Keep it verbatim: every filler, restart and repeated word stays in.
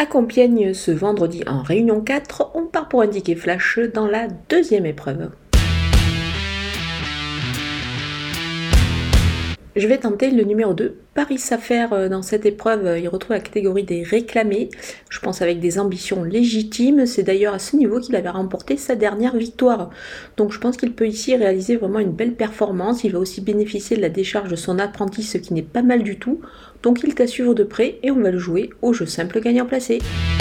À Compiègne, ce vendredi en réunion quatre, on part pour un ticket flash dans la deuxième épreuve. Je vais tenter le numéro deux, Paris Safer. Dans cette épreuve, il retrouve la catégorie des réclamés. Je pense avec des ambitions légitimes. C'est d'ailleurs à ce niveau qu'il avait remporté sa dernière victoire. Donc je pense qu'il peut ici réaliser vraiment une belle performance. Il va aussi bénéficier de la décharge de son apprenti, ce qui n'est pas mal du tout. Donc il est à suivre de près et on va le jouer au jeu simple gagnant placé.